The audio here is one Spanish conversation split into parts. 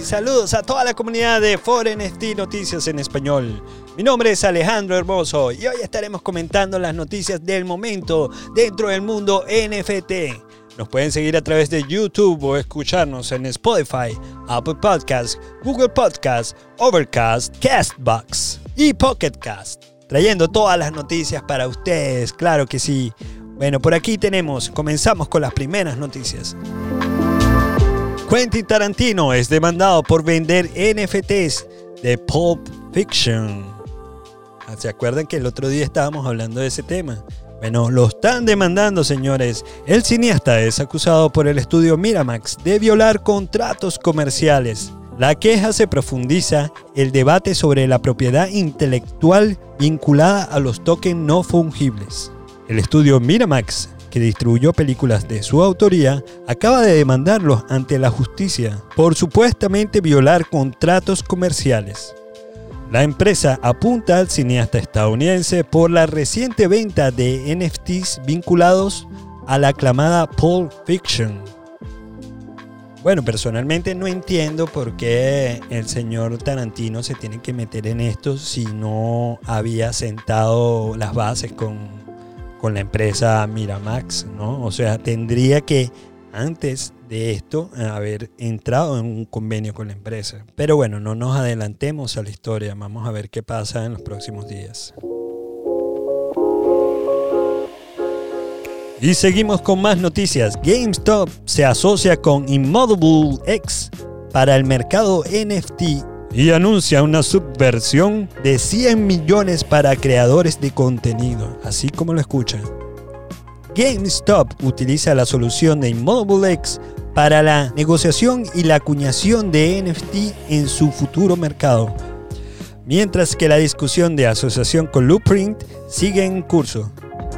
Saludos a toda la comunidad de ForNFT Noticias en Español. Mi nombre es Alejandro Hermoso y hoy estaremos comentando las noticias del momento dentro del mundo NFT. Nos pueden seguir a través de YouTube o escucharnos en Spotify, Apple Podcasts, Google Podcasts, Overcast, Castbox y Pocket Cast. Trayendo todas las noticias para ustedes, claro que sí. Bueno, por aquí comenzamos con las primeras noticias. Quentin Tarantino es demandado por vender NFTs de Pulp Fiction. ¿Se acuerdan que el otro día estábamos hablando de ese tema? Bueno, lo están demandando, señores. El cineasta es acusado por el estudio Miramax de violar contratos comerciales. La queja se profundiza el debate sobre la propiedad intelectual vinculada a los tokens no fungibles. El estudio Miramax, que distribuyó películas de su autoría, acaba de demandarlos ante la justicia por supuestamente violar contratos comerciales. La empresa apunta al cineasta estadounidense por la reciente venta de NFTs vinculados a la aclamada Pulp Fiction. Bueno, personalmente no entiendo por qué el señor Tarantino se tiene que meter en esto si no había sentado las bases con la empresa Miramax, ¿no? O sea, tendría que, antes de esto, haber entrado en un convenio con la empresa. Pero bueno, no nos adelantemos a la historia. Vamos a ver qué pasa en los próximos días. Y seguimos con más noticias. GameStop se asocia con Immutable X para el mercado NFT y anuncia una subversión de 100 millones para creadores de contenido, así como lo escuchan. GameStop utiliza la solución de Immutable X para la negociación y la acuñación de NFT en su futuro mercado, mientras que la discusión de asociación con Blueprint sigue en curso.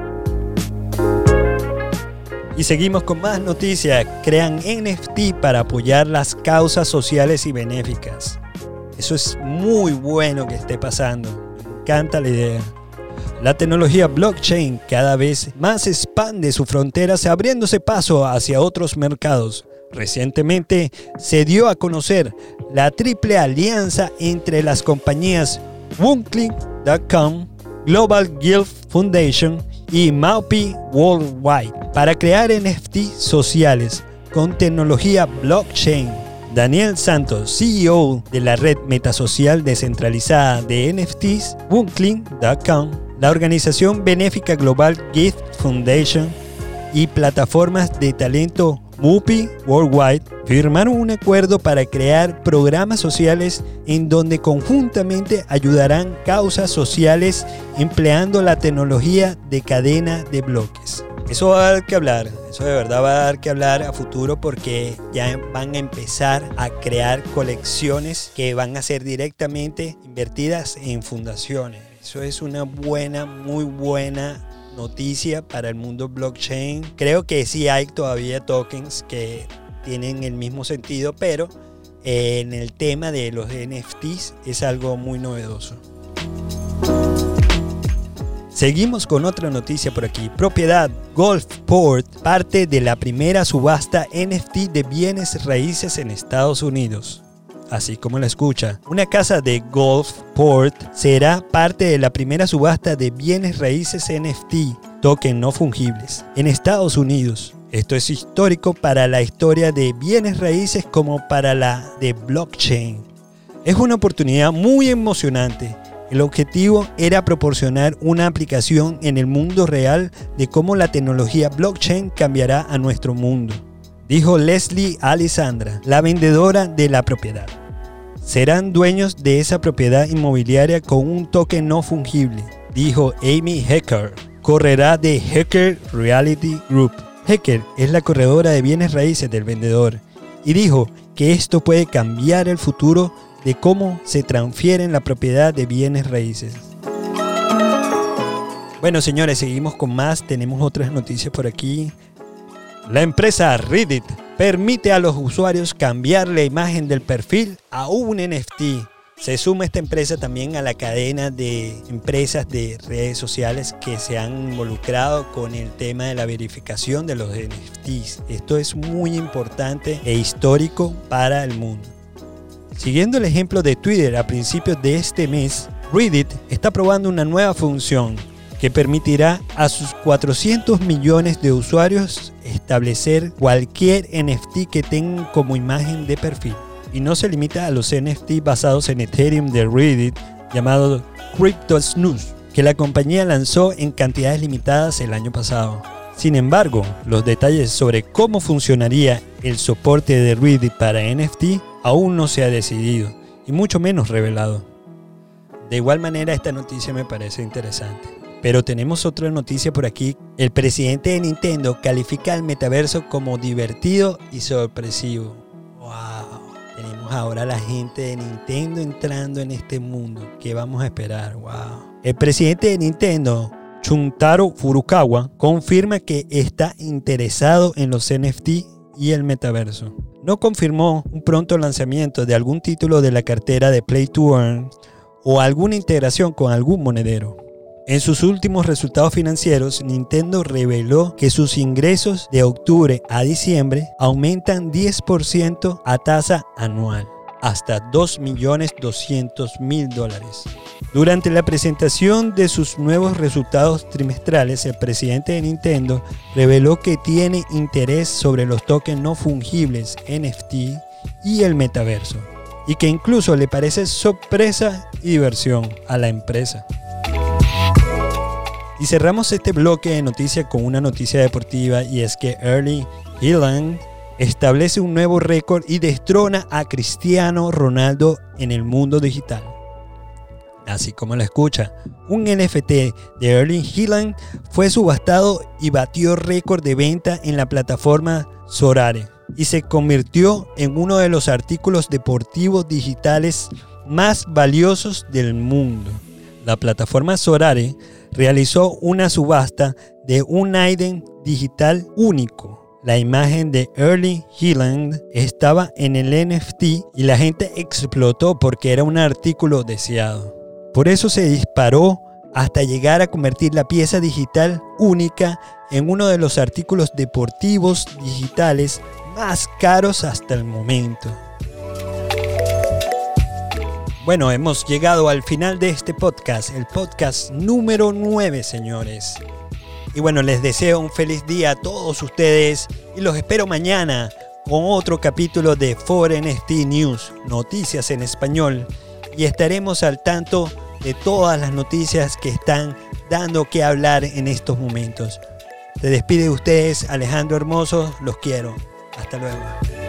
Y seguimos con más noticias. Crean NFT para apoyar las causas sociales y benéficas. Eso es muy bueno que esté pasando. Me encanta la idea. La tecnología blockchain cada vez más expande sus fronteras, abriéndose paso hacia otros mercados. Recientemente se dio a conocer la triple alianza entre las compañías Woonklink.com, Global Guild Foundation y Maupi Worldwide para crear NFT sociales con tecnología blockchain. Daniel Santos, CEO de la red metasocial descentralizada de NFTs, Woonklink.com, la organización benéfica Global Gift Foundation y plataformas de talento Maupi Worldwide, firmaron un acuerdo para crear programas sociales en donde conjuntamente ayudarán causas sociales empleando la tecnología de cadena de bloques. Eso va a dar que hablar, eso de verdad va a dar que hablar a futuro porque ya van a empezar a crear colecciones que van a ser directamente invertidas en fundaciones. Eso es una muy buena noticia para el mundo blockchain. Creo que sí hay todavía tokens que tienen el mismo sentido, pero en el tema de los NFTs es algo muy novedoso. Seguimos con otra noticia por aquí. Propiedad Gulfport, parte de la primera subasta NFT de bienes raíces en Estados Unidos. Así como la escucha, una casa de Gulfport será parte de la primera subasta de bienes raíces NFT, token no fungibles, en Estados Unidos. Esto es histórico para la historia de bienes raíces como para la de blockchain. Es una oportunidad muy emocionante. El objetivo era proporcionar una aplicación en el mundo real de cómo la tecnología blockchain cambiará a nuestro mundo, dijo Leslie Alessandra, la vendedora de la propiedad. Serán dueños de esa propiedad inmobiliaria con un token no fungible, dijo Amy Hecker, corredora de Hecker Realty Group. Hecker es la corredora de bienes raíces del vendedor y dijo que esto puede cambiar el futuro de cómo se transfieren la propiedad de bienes raíces. Bueno, señores, seguimos con más. Tenemos otras noticias por aquí. La empresa Reddit permite a los usuarios cambiar la imagen del perfil a un NFT. Se suma esta empresa también a la cadena de empresas de redes sociales que se han involucrado con el tema de la verificación de los NFTs. Esto es muy importante e histórico para el mundo. Siguiendo el ejemplo de Twitter a principios de este mes, Reddit está probando una nueva función que permitirá a sus 400 millones de usuarios establecer cualquier NFT que tengan como imagen de perfil. Y no se limita a los NFT basados en Ethereum de Reddit, llamado CryptoSnooze, que la compañía lanzó en cantidades limitadas el año pasado. Sin embargo, los detalles sobre cómo funcionaría el soporte de Reddit para NFT aún no se ha decidido, y mucho menos revelado. De igual manera, esta noticia me parece interesante. Pero tenemos otra noticia por aquí. El presidente de Nintendo califica al metaverso como divertido y sorpresivo. ¡Wow! Tenemos ahora a la gente de Nintendo entrando en este mundo. ¿Qué vamos a esperar? ¡Wow! El presidente de Nintendo, Shuntaro Furukawa, confirma que está interesado en los NFT y el metaverso. No confirmó un pronto lanzamiento de algún título de la cartera de Play to Earn o alguna integración con algún monedero. En sus últimos resultados financieros, Nintendo reveló que sus ingresos de octubre a diciembre aumentan 10% a tasa anual, hasta $2.200.000. Durante la presentación de sus nuevos resultados trimestrales, el presidente de Nintendo reveló que tiene interés sobre los tokens no fungibles NFT y el metaverso, y que incluso le parece sorpresa y diversión a la empresa. Y cerramos este bloque de noticias con una noticia deportiva, y es que Erling Haaland establece un nuevo récord y destrona a Cristiano Ronaldo en el mundo digital. Así como lo escucha, un NFT de Erling Haaland fue subastado y batió récord de venta en la plataforma Sorare y se convirtió en uno de los artículos deportivos digitales más valiosos del mundo. La plataforma Sorare realizó una subasta de un ítem digital único. La imagen de Erling Haaland estaba en el NFT y la gente explotó porque era un artículo deseado. Por eso se disparó hasta llegar a convertir la pieza digital única en uno de los artículos deportivos digitales más caros hasta el momento. Bueno, hemos llegado al final de este podcast, el podcast número 9, señores. Y bueno, les deseo un feliz día a todos ustedes y los espero mañana con otro capítulo de 4NFT News, noticias en español. Y estaremos al tanto de todas las noticias que están dando que hablar en estos momentos. Se despide de ustedes Alejandro Hermoso, los quiero. Hasta luego.